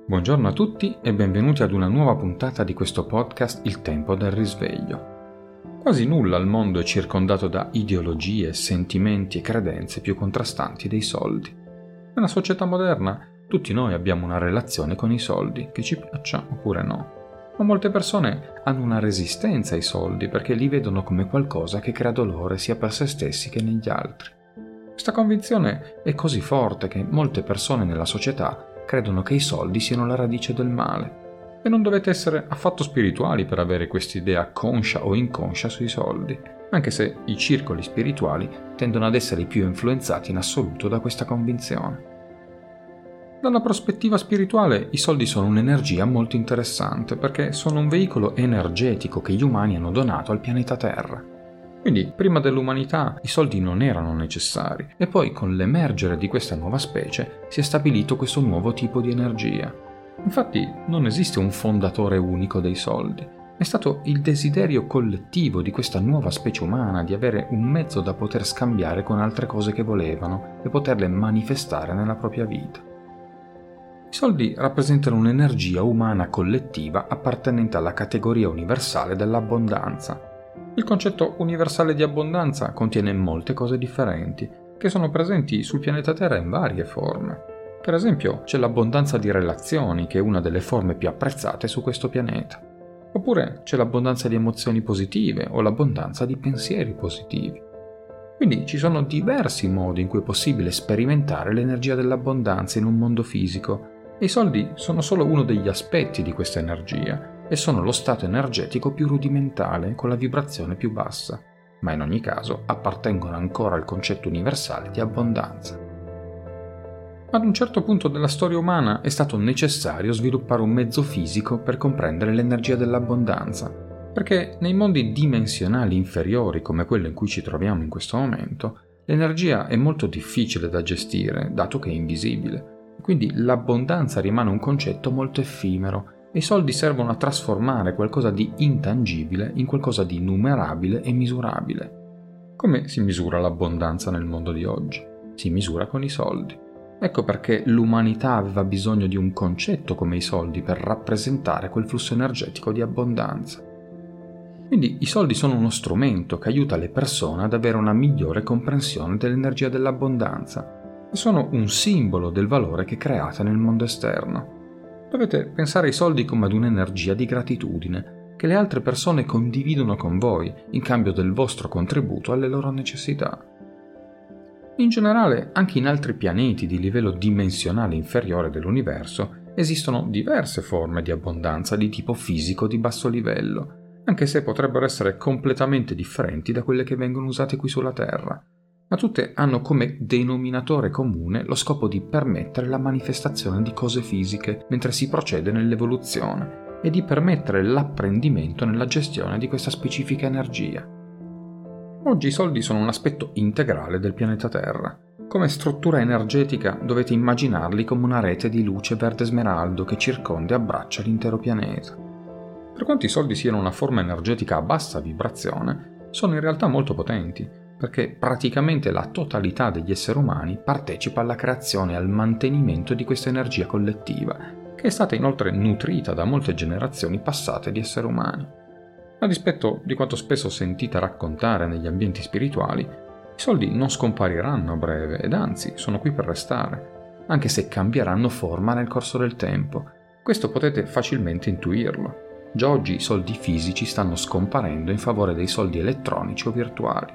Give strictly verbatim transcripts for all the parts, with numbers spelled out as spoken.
Buongiorno a tutti e benvenuti ad una nuova puntata di questo podcast Il tempo del risveglio. Quasi nulla al mondo è circondato da ideologie, sentimenti e credenze più contrastanti dei soldi. Nella società moderna tutti noi abbiamo una relazione con i soldi, che ci piaccia oppure no. Ma molte persone hanno una resistenza ai soldi perché li vedono come qualcosa che crea dolore sia per se stessi che negli altri. Questa convinzione è così forte che molte persone nella società credono che i soldi siano la radice del male. E non dovete essere affatto spirituali per avere quest'idea conscia o inconscia sui soldi, anche se i circoli spirituali tendono ad essere i più influenzati in assoluto da questa convinzione. Dalla prospettiva spirituale, i soldi sono un'energia molto interessante perché sono un veicolo energetico che gli umani hanno donato al pianeta Terra. Quindi, prima dell'umanità, i soldi non erano necessari e poi con l'emergere di questa nuova specie si è stabilito questo nuovo tipo di energia. Infatti, non esiste un fondatore unico dei soldi. È stato il desiderio collettivo di questa nuova specie umana di avere un mezzo da poter scambiare con altre cose che volevano e poterle manifestare nella propria vita. I soldi rappresentano un'energia umana collettiva appartenente alla categoria universale dell'abbondanza. Il concetto universale di abbondanza contiene molte cose differenti, che sono presenti sul pianeta Terra in varie forme. Per esempio, c'è l'abbondanza di relazioni, che è una delle forme più apprezzate su questo pianeta. Oppure c'è l'abbondanza di emozioni positive o l'abbondanza di pensieri positivi. Quindi ci sono diversi modi in cui è possibile sperimentare l'energia dell'abbondanza in un mondo fisico, e i soldi sono solo uno degli aspetti di questa energia, e sono lo stato energetico più rudimentale con la vibrazione più bassa, ma in ogni caso appartengono ancora al concetto universale di abbondanza. Ad un certo punto della storia umana è stato necessario sviluppare un mezzo fisico per comprendere l'energia dell'abbondanza, perché nei mondi dimensionali inferiori come quello in cui ci troviamo in questo momento, l'energia è molto difficile da gestire, dato che è invisibile, quindi l'abbondanza rimane un concetto molto effimero. E i soldi servono a trasformare qualcosa di intangibile in qualcosa di numerabile e misurabile. Come si misura l'abbondanza nel mondo di oggi? Si misura con i soldi. Ecco perché l'umanità aveva bisogno di un concetto come i soldi per rappresentare quel flusso energetico di abbondanza. Quindi i soldi sono uno strumento che aiuta le persone ad avere una migliore comprensione dell'energia dell'abbondanza e sono un simbolo del valore che create nel mondo esterno. Dovete pensare ai soldi come ad un'energia di gratitudine che le altre persone condividono con voi in cambio del vostro contributo alle loro necessità. In generale, anche in altri pianeti di livello dimensionale inferiore dell'universo esistono diverse forme di abbondanza di tipo fisico di basso livello, anche se potrebbero essere completamente differenti da quelle che vengono usate qui sulla Terra. Ma tutte hanno come denominatore comune lo scopo di permettere la manifestazione di cose fisiche mentre si procede nell'evoluzione e di permettere l'apprendimento nella gestione di questa specifica energia. Oggi i soldi sono un aspetto integrale del pianeta Terra. Come struttura energetica dovete immaginarli come una rete di luce verde smeraldo che circonda e abbraccia l'intero pianeta. Per quanto i soldi siano una forma energetica a bassa vibrazione, sono in realtà molto potenti, perché praticamente la totalità degli esseri umani partecipa alla creazione e al mantenimento di questa energia collettiva, che è stata inoltre nutrita da molte generazioni passate di esseri umani. A dispetto di quanto spesso sentite raccontare negli ambienti spirituali, i soldi non scompariranno a breve ed anzi sono qui per restare, anche se cambieranno forma nel corso del tempo. Questo potete facilmente intuirlo. Già oggi i soldi fisici stanno scomparendo in favore dei soldi elettronici o virtuali.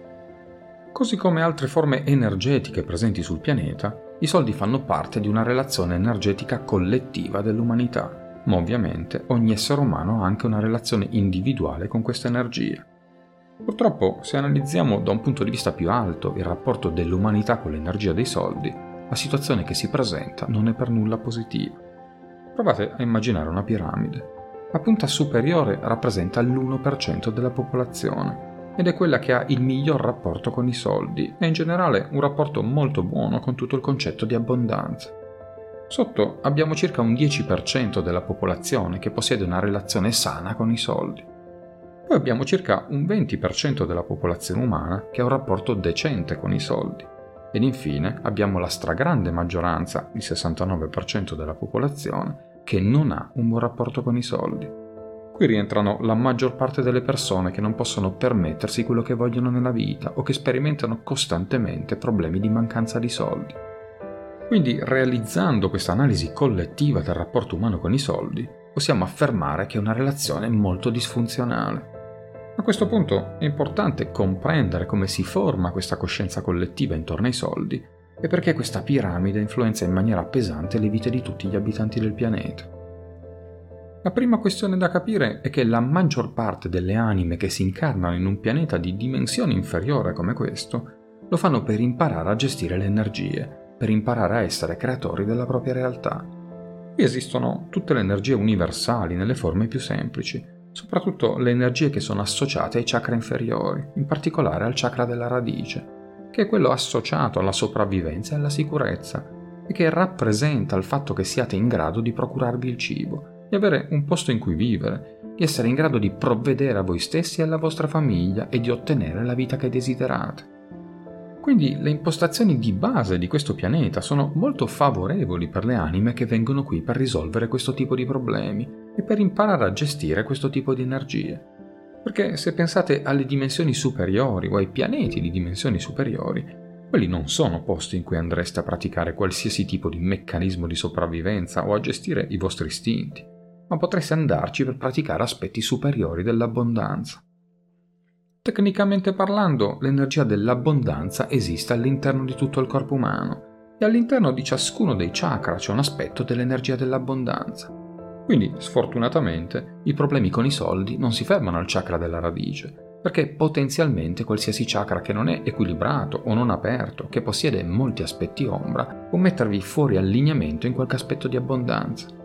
Così come altre forme energetiche presenti sul pianeta, i soldi fanno parte di una relazione energetica collettiva dell'umanità, ma ovviamente ogni essere umano ha anche una relazione individuale con questa energia. Purtroppo, se analizziamo da un punto di vista più alto il rapporto dell'umanità con l'energia dei soldi, la situazione che si presenta non è per nulla positiva. Provate a immaginare una piramide. La punta superiore rappresenta l'uno per cento della popolazione, ed è quella che ha il miglior rapporto con i soldi e in generale un rapporto molto buono con tutto il concetto di abbondanza. Sotto abbiamo circa un dieci per cento della popolazione che possiede una relazione sana con i soldi. Poi abbiamo circa un venti per cento della popolazione umana che ha un rapporto decente con i soldi Ed infine abbiamo la stragrande maggioranza, il sessantanove per cento della popolazione, che non ha un buon rapporto con i soldi. Qui rientrano la maggior parte delle persone che non possono permettersi quello che vogliono nella vita o che sperimentano costantemente problemi di mancanza di soldi. Quindi, realizzando questa analisi collettiva del rapporto umano con i soldi, possiamo affermare che è una relazione molto disfunzionale. A questo punto è importante comprendere come si forma questa coscienza collettiva intorno ai soldi e perché questa piramide influenza in maniera pesante le vite di tutti gli abitanti del pianeta. La prima questione da capire è che la maggior parte delle anime che si incarnano in un pianeta di dimensione inferiore come questo lo fanno per imparare a gestire le energie, per imparare a essere creatori della propria realtà. Qui esistono tutte le energie universali nelle forme più semplici, soprattutto le energie che sono associate ai chakra inferiori, in particolare al chakra della radice, che è quello associato alla sopravvivenza e alla sicurezza, e che rappresenta il fatto che siate in grado di procurarvi il cibo, di avere un posto in cui vivere, di essere in grado di provvedere a voi stessi e alla vostra famiglia e di ottenere la vita che desiderate. Quindi le impostazioni di base di questo pianeta sono molto favorevoli per le anime che vengono qui per risolvere questo tipo di problemi e per imparare a gestire questo tipo di energie. Perché se pensate alle dimensioni superiori o ai pianeti di dimensioni superiori, quelli non sono posti in cui andreste a praticare qualsiasi tipo di meccanismo di sopravvivenza o a gestire i vostri istinti, ma potreste andarci per praticare aspetti superiori dell'abbondanza. Tecnicamente parlando, l'energia dell'abbondanza esiste all'interno di tutto il corpo umano e all'interno di ciascuno dei chakra c'è un aspetto dell'energia dell'abbondanza. Quindi, sfortunatamente, i problemi con i soldi non si fermano al chakra della radice, perché potenzialmente qualsiasi chakra che non è equilibrato o non aperto, che possiede molti aspetti ombra, può mettervi fuori allineamento in qualche aspetto di abbondanza.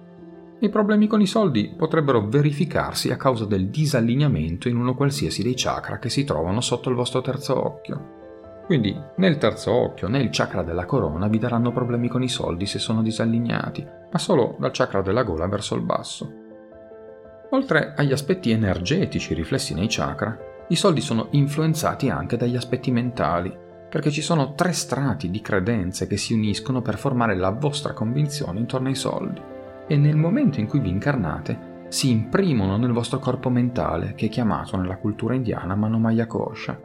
I problemi con i soldi potrebbero verificarsi a causa del disallineamento in uno qualsiasi dei chakra che si trovano sotto il vostro terzo occhio. Quindi né il terzo occhio né il chakra della corona vi daranno problemi con i soldi se sono disallineati, ma solo dal chakra della gola verso il basso. Oltre agli aspetti energetici riflessi nei chakra, i soldi sono influenzati anche dagli aspetti mentali, perché ci sono tre strati di credenze che si uniscono per formare la vostra convinzione intorno ai soldi. E nel momento in cui vi incarnate si imprimono nel vostro corpo mentale, che è chiamato nella cultura indiana Manomaya Kosha.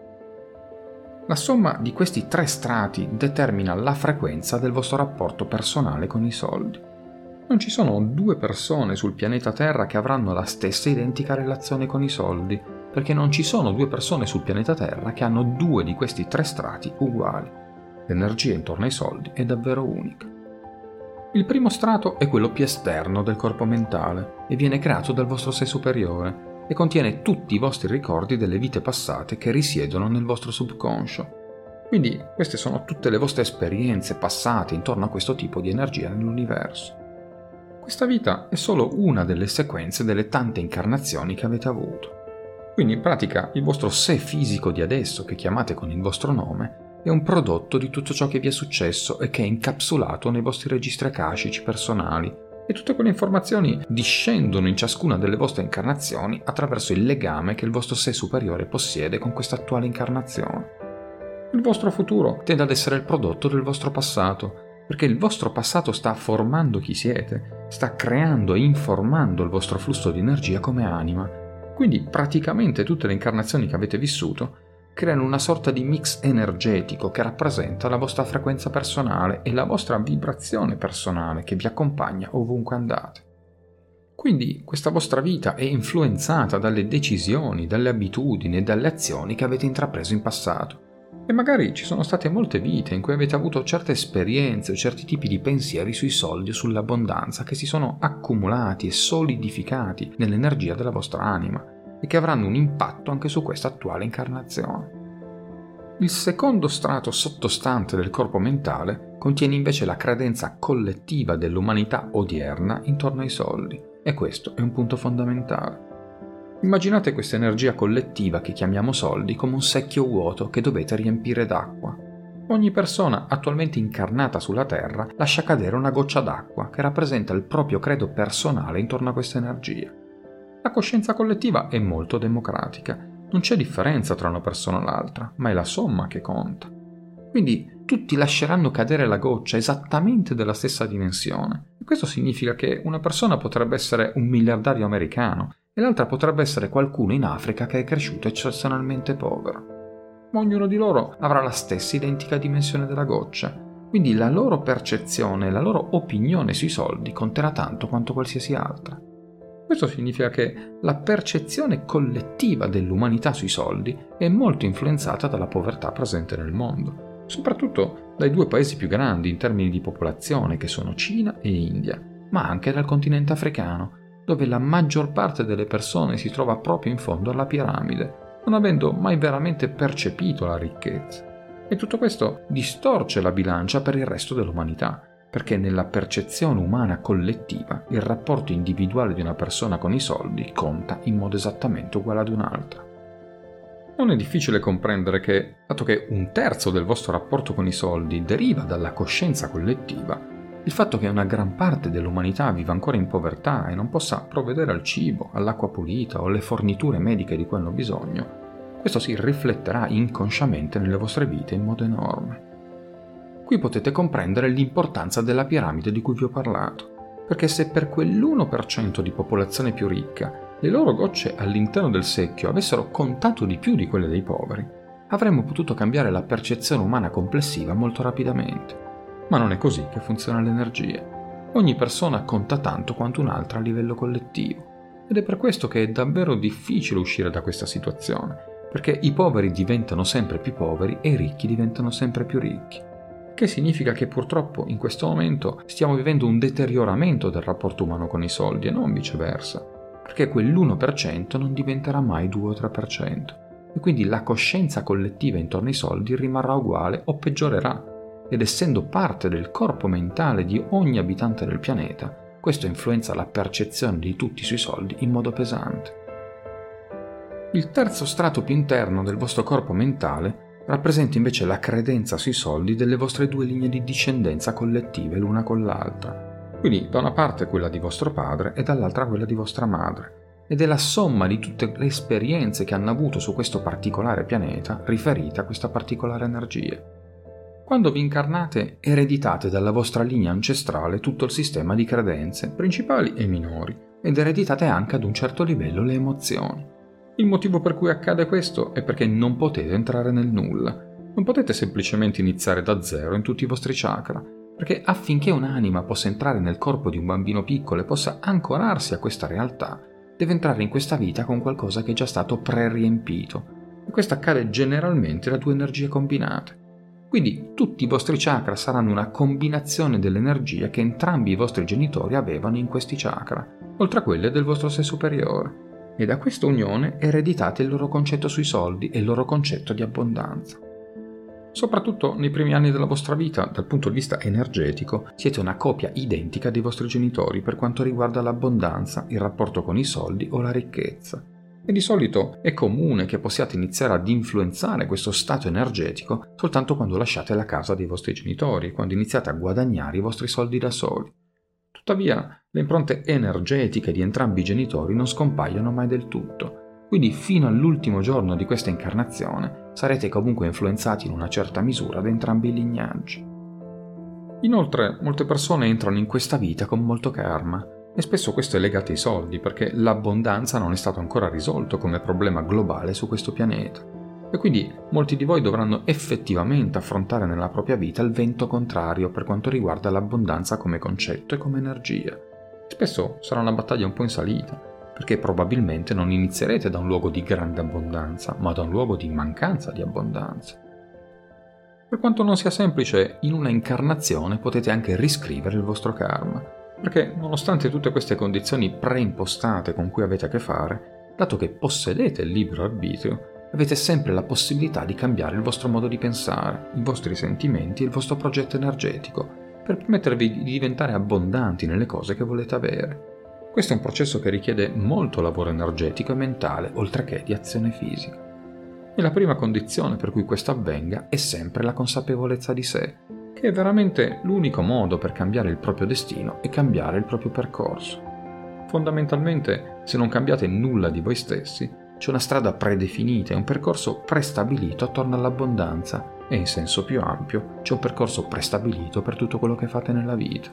La somma di questi tre strati determina la frequenza del vostro rapporto personale con i soldi. Non ci sono due persone sul pianeta Terra che avranno la stessa identica relazione con i soldi, perché non ci sono due persone sul pianeta Terra che hanno due di questi tre strati uguali. L'energia intorno ai soldi è davvero unica. Il primo strato è quello più esterno del corpo mentale e viene creato dal vostro sé superiore e contiene tutti i vostri ricordi delle vite passate che risiedono nel vostro subconscio. Quindi queste sono tutte le vostre esperienze passate intorno a questo tipo di energia nell'universo. Questa vita è solo una delle sequenze delle tante incarnazioni che avete avuto. Quindi in pratica il vostro sé fisico di adesso, che chiamate con il vostro nome, è un prodotto di tutto ciò che vi è successo e che è incapsulato nei vostri registri akashici personali, e tutte quelle informazioni discendono in ciascuna delle vostre incarnazioni attraverso il legame che il vostro sé superiore possiede con questa attuale incarnazione. Il vostro futuro tende ad essere il prodotto del vostro passato, perché il vostro passato sta formando chi siete, sta creando e informando il vostro flusso di energia come anima. Quindi praticamente tutte le incarnazioni che avete vissuto creano una sorta di mix energetico che rappresenta la vostra frequenza personale e la vostra vibrazione personale che vi accompagna ovunque andate. Quindi questa vostra vita è influenzata dalle decisioni, dalle abitudini e dalle azioni che avete intrapreso in passato. E magari ci sono state molte vite in cui avete avuto certe esperienze o certi tipi di pensieri sui soldi o sull'abbondanza che si sono accumulati e solidificati nell'energia della vostra anima e che avranno un impatto anche su questa attuale incarnazione. Il secondo strato sottostante del corpo mentale contiene invece la credenza collettiva dell'umanità odierna intorno ai soldi, e questo è un punto fondamentale. Immaginate questa energia collettiva che chiamiamo soldi come un secchio vuoto che dovete riempire d'acqua. Ogni persona attualmente incarnata sulla Terra lascia cadere una goccia d'acqua che rappresenta il proprio credo personale intorno a questa energia. La coscienza collettiva è molto democratica, non c'è differenza tra una persona e l'altra, ma è la somma che conta. Quindi tutti lasceranno cadere la goccia esattamente della stessa dimensione. E questo significa che una persona potrebbe essere un miliardario americano e l'altra potrebbe essere qualcuno in Africa che è cresciuto eccezionalmente povero. Ma ognuno di loro avrà la stessa identica dimensione della goccia, quindi la loro percezione, la loro opinione sui soldi conterà tanto quanto qualsiasi altra. Questo significa che la percezione collettiva dell'umanità sui soldi è molto influenzata dalla povertà presente nel mondo, soprattutto dai due paesi più grandi in termini di popolazione che sono Cina e India, ma anche dal continente africano, dove la maggior parte delle persone si trova proprio in fondo alla piramide, non avendo mai veramente percepito la ricchezza. E tutto questo distorce la bilancia per il resto dell'umanità, perché nella percezione umana collettiva il rapporto individuale di una persona con i soldi conta in modo esattamente uguale ad un'altra. Non è difficile comprendere che, dato che un terzo del vostro rapporto con i soldi deriva dalla coscienza collettiva, il fatto che una gran parte dell'umanità viva ancora in povertà e non possa provvedere al cibo, all'acqua pulita o alle forniture mediche di cui hanno bisogno, questo si rifletterà inconsciamente nelle vostre vite in modo enorme. Qui potete comprendere l'importanza della piramide di cui vi ho parlato, perché se per quell'uno per cento di popolazione più ricca le loro gocce all'interno del secchio avessero contato di più di quelle dei poveri, avremmo potuto cambiare la percezione umana complessiva molto rapidamente. Ma non è così che funziona l'energia. Ogni persona conta tanto quanto un'altra a livello collettivo, ed è per questo che è davvero difficile uscire da questa situazione, perché i poveri diventano sempre più poveri e i ricchi diventano sempre più ricchi. Che significa che purtroppo in questo momento stiamo vivendo un deterioramento del rapporto umano con i soldi e non viceversa, perché quell'uno per cento non diventerà mai due o tre per cento e quindi la coscienza collettiva intorno ai soldi rimarrà uguale o peggiorerà, ed essendo parte del corpo mentale di ogni abitante del pianeta, questo influenza la percezione di tutti sui soldi in modo pesante. Il terzo strato più interno del vostro corpo mentale rappresenta invece la credenza sui soldi delle vostre due linee di discendenza collettive l'una con l'altra. Quindi da una parte quella di vostro padre e dall'altra quella di vostra madre. Ed è la somma di tutte le esperienze che hanno avuto su questo particolare pianeta riferita a questa particolare energia. Quando vi incarnate, ereditate dalla vostra linea ancestrale tutto il sistema di credenze, principali e minori, ed ereditate anche ad un certo livello le emozioni. Il motivo per cui accade questo è perché non potete entrare nel nulla. Non potete semplicemente iniziare da zero in tutti i vostri chakra, perché affinché un'anima possa entrare nel corpo di un bambino piccolo e possa ancorarsi a questa realtà, deve entrare in questa vita con qualcosa che è già stato pre-riempito. E questo accade generalmente da due energie combinate. Quindi tutti i vostri chakra saranno una combinazione dell'energia che entrambi i vostri genitori avevano in questi chakra, oltre a quelle del vostro sé superiore. E da questa unione ereditate il loro concetto sui soldi e il loro concetto di abbondanza. Soprattutto nei primi anni della vostra vita, dal punto di vista energetico, siete una copia identica dei vostri genitori per quanto riguarda l'abbondanza, il rapporto con i soldi o la ricchezza. E di solito è comune che possiate iniziare ad influenzare questo stato energetico soltanto quando lasciate la casa dei vostri genitori, quando iniziate a guadagnare i vostri soldi da soli. Tuttavia, le impronte energetiche di entrambi i genitori non scompaiono mai del tutto, quindi fino all'ultimo giorno di questa incarnazione sarete comunque influenzati in una certa misura da entrambi i lignaggi. Inoltre, molte persone entrano in questa vita con molto karma, e spesso questo è legato ai soldi, perché l'abbondanza non è stato ancora risolto come problema globale su questo pianeta. E quindi molti di voi dovranno effettivamente affrontare nella propria vita il vento contrario per quanto riguarda l'abbondanza come concetto e come energia. Spesso sarà una battaglia un po' in salita, perché probabilmente non inizierete da un luogo di grande abbondanza, ma da un luogo di mancanza di abbondanza. Per quanto non sia semplice, in una incarnazione potete anche riscrivere il vostro karma, perché nonostante tutte queste condizioni preimpostate con cui avete a che fare, dato che possedete il libero arbitrio, avete sempre la possibilità di cambiare il vostro modo di pensare, i vostri sentimenti e il vostro progetto energetico, per permettervi di diventare abbondanti nelle cose che volete avere. Questo è un processo che richiede molto lavoro energetico e mentale, oltre che di azione fisica. E la prima condizione per cui questo avvenga è sempre la consapevolezza di sé, che è veramente l'unico modo per cambiare il proprio destino e cambiare il proprio percorso. Fondamentalmente, se non cambiate nulla di voi stessi, c'è una strada predefinita e un percorso prestabilito attorno all'abbondanza e in senso più ampio c'è un percorso prestabilito per tutto quello che fate nella vita.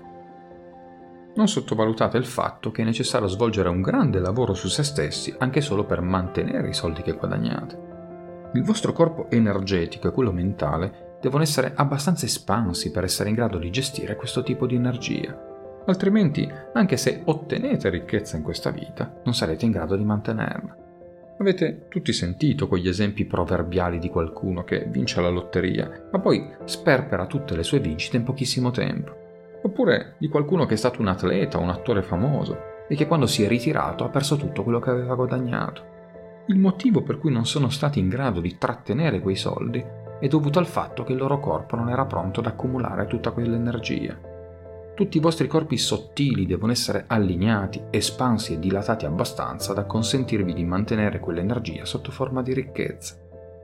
Non sottovalutate il fatto che è necessario svolgere un grande lavoro su se stessi anche solo per mantenere i soldi che guadagnate. Il vostro corpo energetico e quello mentale devono essere abbastanza espansi per essere in grado di gestire questo tipo di energia. Altrimenti, anche se ottenete ricchezza in questa vita, non sarete in grado di mantenerla. Avete tutti sentito quegli esempi proverbiali di qualcuno che vince la lotteria, ma poi sperpera tutte le sue vincite in pochissimo tempo. Oppure di qualcuno che è stato un atleta o un attore famoso e che quando si è ritirato ha perso tutto quello che aveva guadagnato. Il motivo per cui non sono stati in grado di trattenere quei soldi è dovuto al fatto che il loro corpo non era pronto ad accumulare tutta quell'energia. Tutti i vostri corpi sottili devono essere allineati, espansi e dilatati abbastanza da consentirvi di mantenere quell'energia sotto forma di ricchezza.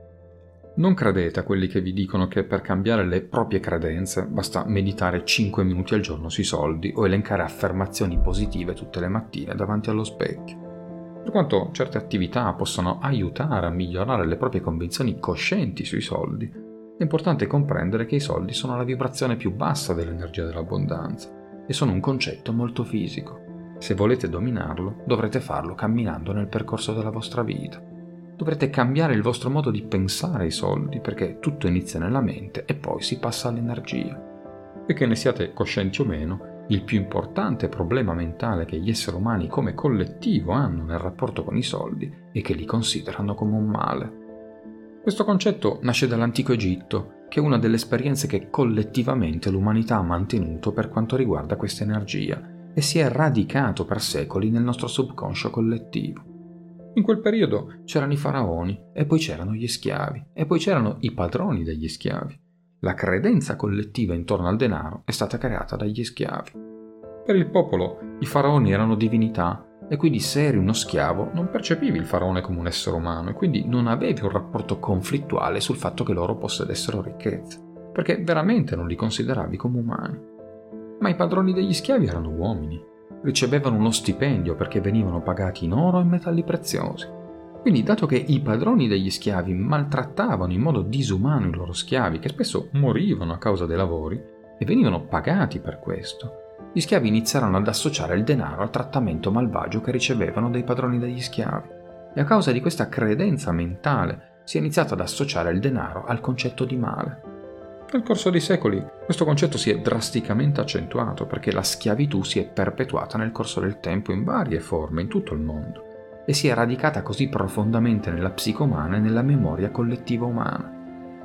Non credete a quelli che vi dicono che per cambiare le proprie credenze basta meditare cinque minuti al giorno sui soldi o elencare affermazioni positive tutte le mattine davanti allo specchio. Per quanto certe attività possano aiutare a migliorare le proprie convinzioni coscienti sui soldi, è importante comprendere che i soldi sono la vibrazione più bassa dell'energia dell'abbondanza e sono un concetto molto fisico. Se volete dominarlo, dovrete farlo camminando nel percorso della vostra vita. Dovrete cambiare il vostro modo di pensare ai soldi perché tutto inizia nella mente e poi si passa all'energia. E che ne siate coscienti o meno, il più importante problema mentale che gli esseri umani come collettivo hanno nel rapporto con i soldi è che li considerano come un male. Questo concetto nasce dall'antico Egitto, che è una delle esperienze che collettivamente l'umanità ha mantenuto per quanto riguarda questa energia e si è radicato per secoli nel nostro subconscio collettivo. In quel periodo c'erano i faraoni e poi c'erano gli schiavi e poi c'erano i padroni degli schiavi. La credenza collettiva intorno al denaro è stata creata dagli schiavi. Per il popolo i faraoni erano divinità e quindi se eri uno schiavo non percepivi il faraone come un essere umano e quindi non avevi un rapporto conflittuale sul fatto che loro possedessero ricchezza, perché veramente non li consideravi come umani. Ma i padroni degli schiavi erano uomini, ricevevano uno stipendio perché venivano pagati in oro e metalli preziosi. Quindi, dato che i padroni degli schiavi maltrattavano in modo disumano i loro schiavi, che spesso morivano a causa dei lavori, e venivano pagati per questo, gli schiavi iniziarono ad associare il denaro al trattamento malvagio che ricevevano dai padroni degli schiavi. E a causa di questa credenza mentale si è iniziato ad associare il denaro al concetto di male. Nel corso dei secoli questo concetto si è drasticamente accentuato perché la schiavitù si è perpetuata nel corso del tempo in varie forme in tutto il mondo e si è radicata così profondamente nella psiche umana e nella memoria collettiva umana.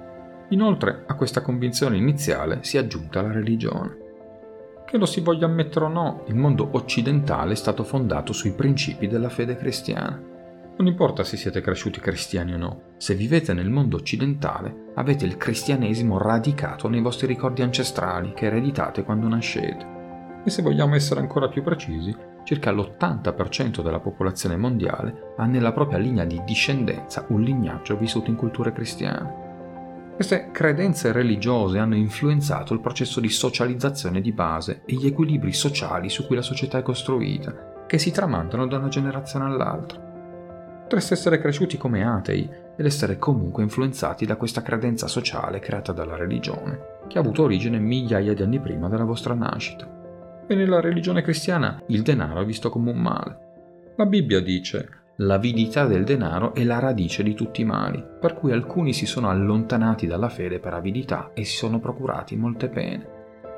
Inoltre a questa convinzione iniziale si è aggiunta la religione. Che lo si voglia ammettere o no, il mondo occidentale è stato fondato sui principi della fede cristiana. Non importa se siete cresciuti cristiani o no, se vivete nel mondo occidentale avete il cristianesimo radicato nei vostri ricordi ancestrali che ereditate quando nascete. E se vogliamo essere ancora più precisi, circa l'ottanta per cento della popolazione mondiale ha nella propria linea di discendenza un lignaggio vissuto in culture cristiane. Queste credenze religiose hanno influenzato il processo di socializzazione di base e gli equilibri sociali su cui la società è costruita, che si tramandano da una generazione all'altra. Potreste essere cresciuti come atei ed essere comunque influenzati da questa credenza sociale creata dalla religione, che ha avuto origine migliaia di anni prima della vostra nascita. E nella religione cristiana il denaro è visto come un male. La Bibbia dice: l'avidità del denaro è la radice di tutti i mali, per cui alcuni si sono allontanati dalla fede per avidità e si sono procurati molte pene.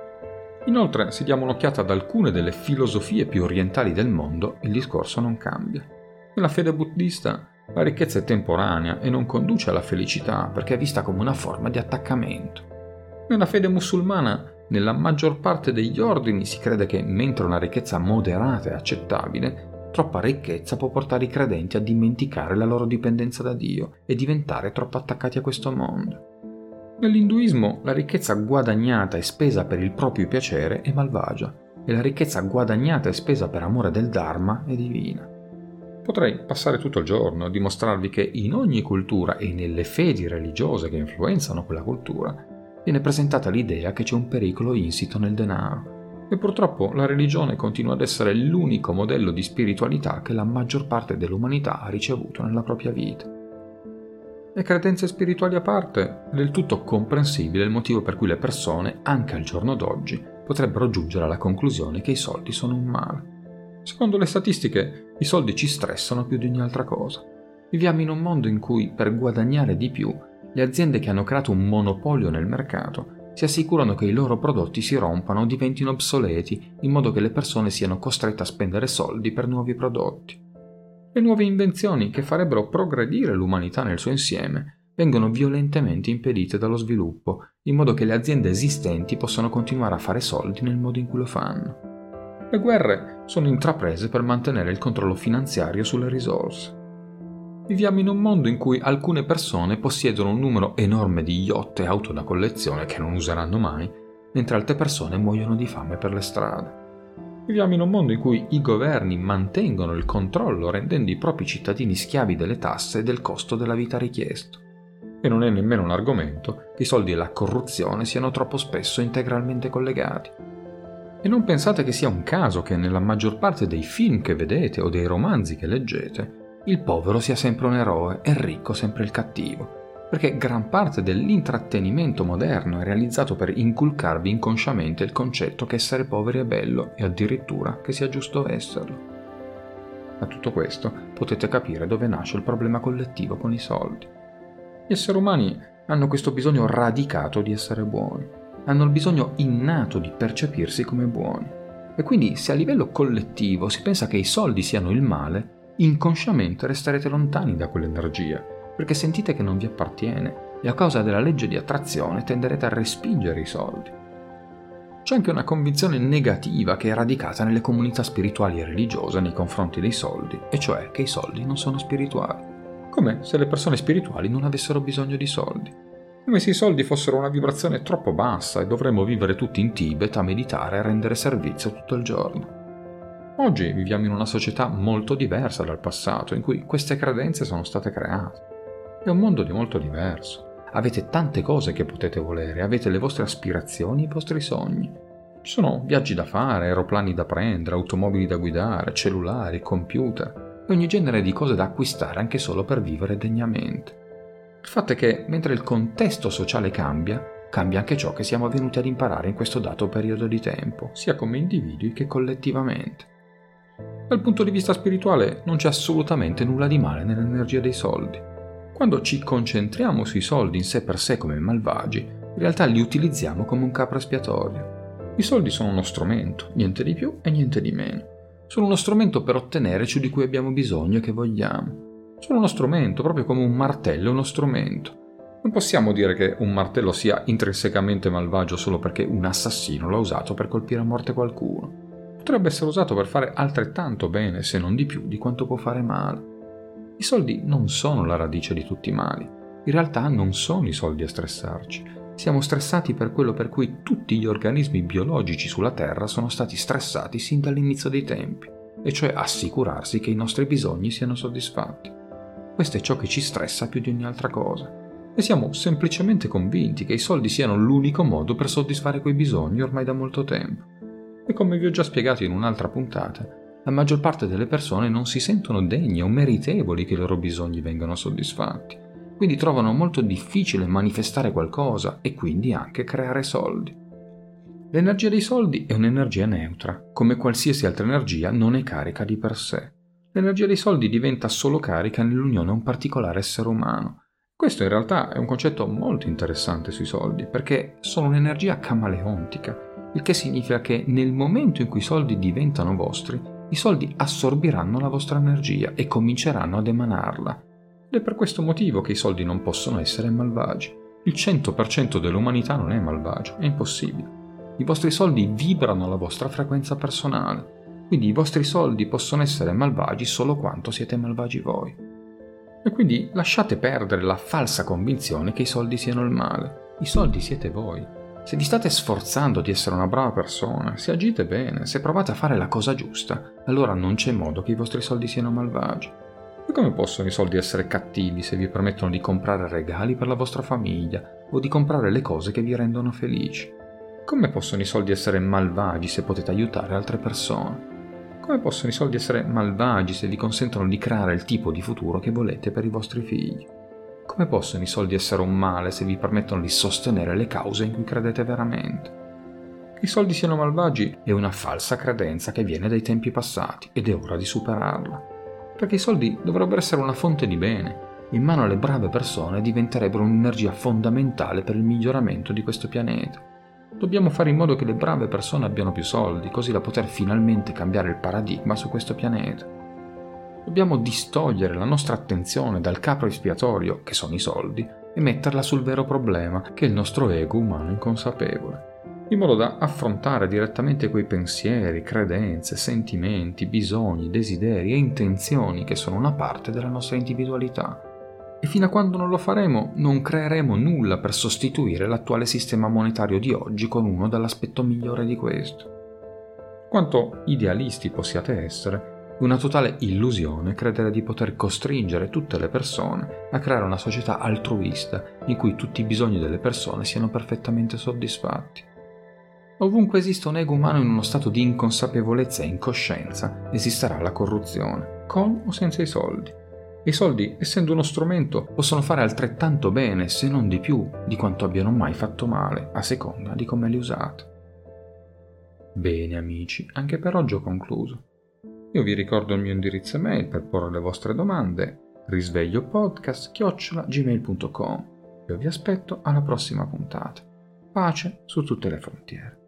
Inoltre, se diamo un'occhiata ad alcune delle filosofie più orientali del mondo, il discorso non cambia. Nella fede buddista la ricchezza è temporanea e non conduce alla felicità perché è vista come una forma di attaccamento. Nella fede musulmana, nella maggior parte degli ordini si crede che mentre una ricchezza moderata è accettabile, troppa ricchezza può portare i credenti a dimenticare la loro dipendenza da Dio e diventare troppo attaccati a questo mondo. Nell'induismo la ricchezza guadagnata e spesa per il proprio piacere è malvagia e la ricchezza guadagnata e spesa per amore del Dharma è divina. Potrei passare tutto il giorno a dimostrarvi che in ogni cultura e nelle fedi religiose che influenzano quella cultura viene presentata l'idea che c'è un pericolo insito nel denaro. E purtroppo la religione continua ad essere l'unico modello di spiritualità che la maggior parte dell'umanità ha ricevuto nella propria vita. E credenze spirituali a parte, è del tutto comprensibile il motivo per cui le persone, anche al giorno d'oggi, potrebbero giungere alla conclusione che i soldi sono un male. Secondo le statistiche, i soldi ci stressano più di ogni altra cosa. Viviamo in un mondo in cui, per guadagnare di più, le aziende che hanno creato un monopolio nel mercato si assicurano che i loro prodotti si rompano o diventino obsoleti, in modo che le persone siano costrette a spendere soldi per nuovi prodotti. Le nuove invenzioni che farebbero progredire l'umanità nel suo insieme vengono violentemente impedite dallo sviluppo, in modo che le aziende esistenti possano continuare a fare soldi nel modo in cui lo fanno. Le guerre sono intraprese per mantenere il controllo finanziario sulle risorse. Viviamo in un mondo in cui alcune persone possiedono un numero enorme di yacht e auto da collezione che non useranno mai, mentre altre persone muoiono di fame per le strade. Viviamo in un mondo in cui i governi mantengono il controllo rendendo i propri cittadini schiavi delle tasse e del costo della vita richiesto. E non è nemmeno un argomento che i soldi e la corruzione siano troppo spesso integralmente collegati. E non pensate che sia un caso che nella maggior parte dei film che vedete o dei romanzi che leggete, il povero sia sempre un eroe e il ricco sempre il cattivo, perché gran parte dell'intrattenimento moderno è realizzato per inculcarvi inconsciamente il concetto che essere poveri è bello e addirittura che sia giusto esserlo. Da tutto questo potete capire dove nasce il problema collettivo con i soldi. Gli esseri umani hanno questo bisogno radicato di essere buoni, hanno il bisogno innato di percepirsi come buoni, e quindi se a livello collettivo si pensa che i soldi siano il male, inconsciamente resterete lontani da quell'energia, perché sentite che non vi appartiene e a causa della legge di attrazione tenderete a respingere i soldi. C'è anche una convinzione negativa che è radicata nelle comunità spirituali e religiose nei confronti dei soldi, e cioè che i soldi non sono spirituali, come se le persone spirituali non avessero bisogno di soldi, come se i soldi fossero una vibrazione troppo bassa e dovremmo vivere tutti in Tibet a meditare e rendere servizio tutto il giorno. Oggi viviamo in una società molto diversa dal passato, in cui queste credenze sono state create. È un mondo di molto diverso. Avete tante cose che potete volere, avete le vostre aspirazioni e i vostri sogni. Ci sono viaggi da fare, aeroplani da prendere, automobili da guidare, cellulari, computer e ogni genere di cose da acquistare anche solo per vivere degnamente. Il fatto è che, mentre il contesto sociale cambia, cambia anche ciò che siamo venuti ad imparare in questo dato periodo di tempo, sia come individui che collettivamente. Dal punto di vista spirituale non c'è assolutamente nulla di male nell'energia dei soldi. Quando ci concentriamo sui soldi in sé per sé come malvagi, in realtà li utilizziamo come un capro espiatorio. I soldi sono uno strumento, niente di più e niente di meno. Sono uno strumento per ottenere ciò di cui abbiamo bisogno e che vogliamo. Sono uno strumento, proprio come un martello è uno strumento. Non possiamo dire che un martello sia intrinsecamente malvagio solo perché un assassino l'ha usato per colpire a morte qualcuno. Potrebbe essere usato per fare altrettanto bene, se non di più, di quanto può fare male. I soldi non sono la radice di tutti i mali. In realtà non sono i soldi a stressarci. Siamo stressati per quello per cui tutti gli organismi biologici sulla Terra sono stati stressati sin dall'inizio dei tempi, e cioè assicurarsi che i nostri bisogni siano soddisfatti. Questo è ciò che ci stressa più di ogni altra cosa. E siamo semplicemente convinti che i soldi siano l'unico modo per soddisfare quei bisogni ormai da molto tempo. E come vi ho già spiegato in un'altra puntata, la maggior parte delle persone non si sentono degne o meritevoli che i loro bisogni vengano soddisfatti, quindi trovano molto difficile manifestare qualcosa e quindi anche creare soldi. L'energia dei soldi è un'energia neutra, come qualsiasi altra energia non è carica di per sé. L'energia dei soldi diventa solo carica nell'unione a un particolare essere umano. Questo in realtà è un concetto molto interessante sui soldi, perché sono un'energia camaleontica, il che significa che nel momento in cui i soldi diventano vostri, i soldi assorbiranno la vostra energia e cominceranno ad emanarla. Ed è per questo motivo che i soldi non possono essere malvagi. Il cento per cento dell'umanità non è malvagio, è impossibile. I vostri soldi vibrano alla vostra frequenza personale, quindi i vostri soldi possono essere malvagi solo quanto siete malvagi voi. E quindi lasciate perdere la falsa convinzione che i soldi siano il male. I soldi siete voi. Se vi state sforzando di essere una brava persona, se agite bene, se provate a fare la cosa giusta, allora non c'è modo che i vostri soldi siano malvagi. E come possono i soldi essere cattivi se vi permettono di comprare regali per la vostra famiglia o di comprare le cose che vi rendono felici? Come possono i soldi essere malvagi se potete aiutare altre persone? Come possono i soldi essere malvagi se vi consentono di creare il tipo di futuro che volete per i vostri figli? Come possono i soldi essere un male se vi permettono di sostenere le cause in cui credete veramente? Che i soldi siano malvagi è una falsa credenza che viene dai tempi passati ed è ora di superarla. Perché i soldi dovrebbero essere una fonte di bene. In mano alle brave persone diventerebbero un'energia fondamentale per il miglioramento di questo pianeta. Dobbiamo fare in modo che le brave persone abbiano più soldi, così da poter finalmente cambiare il paradigma su questo pianeta. Dobbiamo distogliere la nostra attenzione dal capro espiatorio, che sono i soldi, e metterla sul vero problema, che è il nostro ego umano inconsapevole, in modo da affrontare direttamente quei pensieri, credenze, sentimenti, bisogni, desideri e intenzioni che sono una parte della nostra individualità. E fino a quando non lo faremo, non creeremo nulla per sostituire l'attuale sistema monetario di oggi con uno dall'aspetto migliore di questo. Quanto idealisti possiate essere, è una totale illusione credere di poter costringere tutte le persone a creare una società altruista in cui tutti i bisogni delle persone siano perfettamente soddisfatti. Ovunque esista un ego umano in uno stato di inconsapevolezza e incoscienza, esisterà la corruzione, con o senza i soldi. I soldi, essendo uno strumento, possono fare altrettanto bene, se non di più, di quanto abbiano mai fatto male, a seconda di come li usate. Bene amici, anche per oggi ho concluso. Io vi ricordo il mio indirizzo email per porre le vostre domande, risvegliopodcast chiocciola gmail punto com. Io vi aspetto alla prossima puntata. Pace su tutte le frontiere.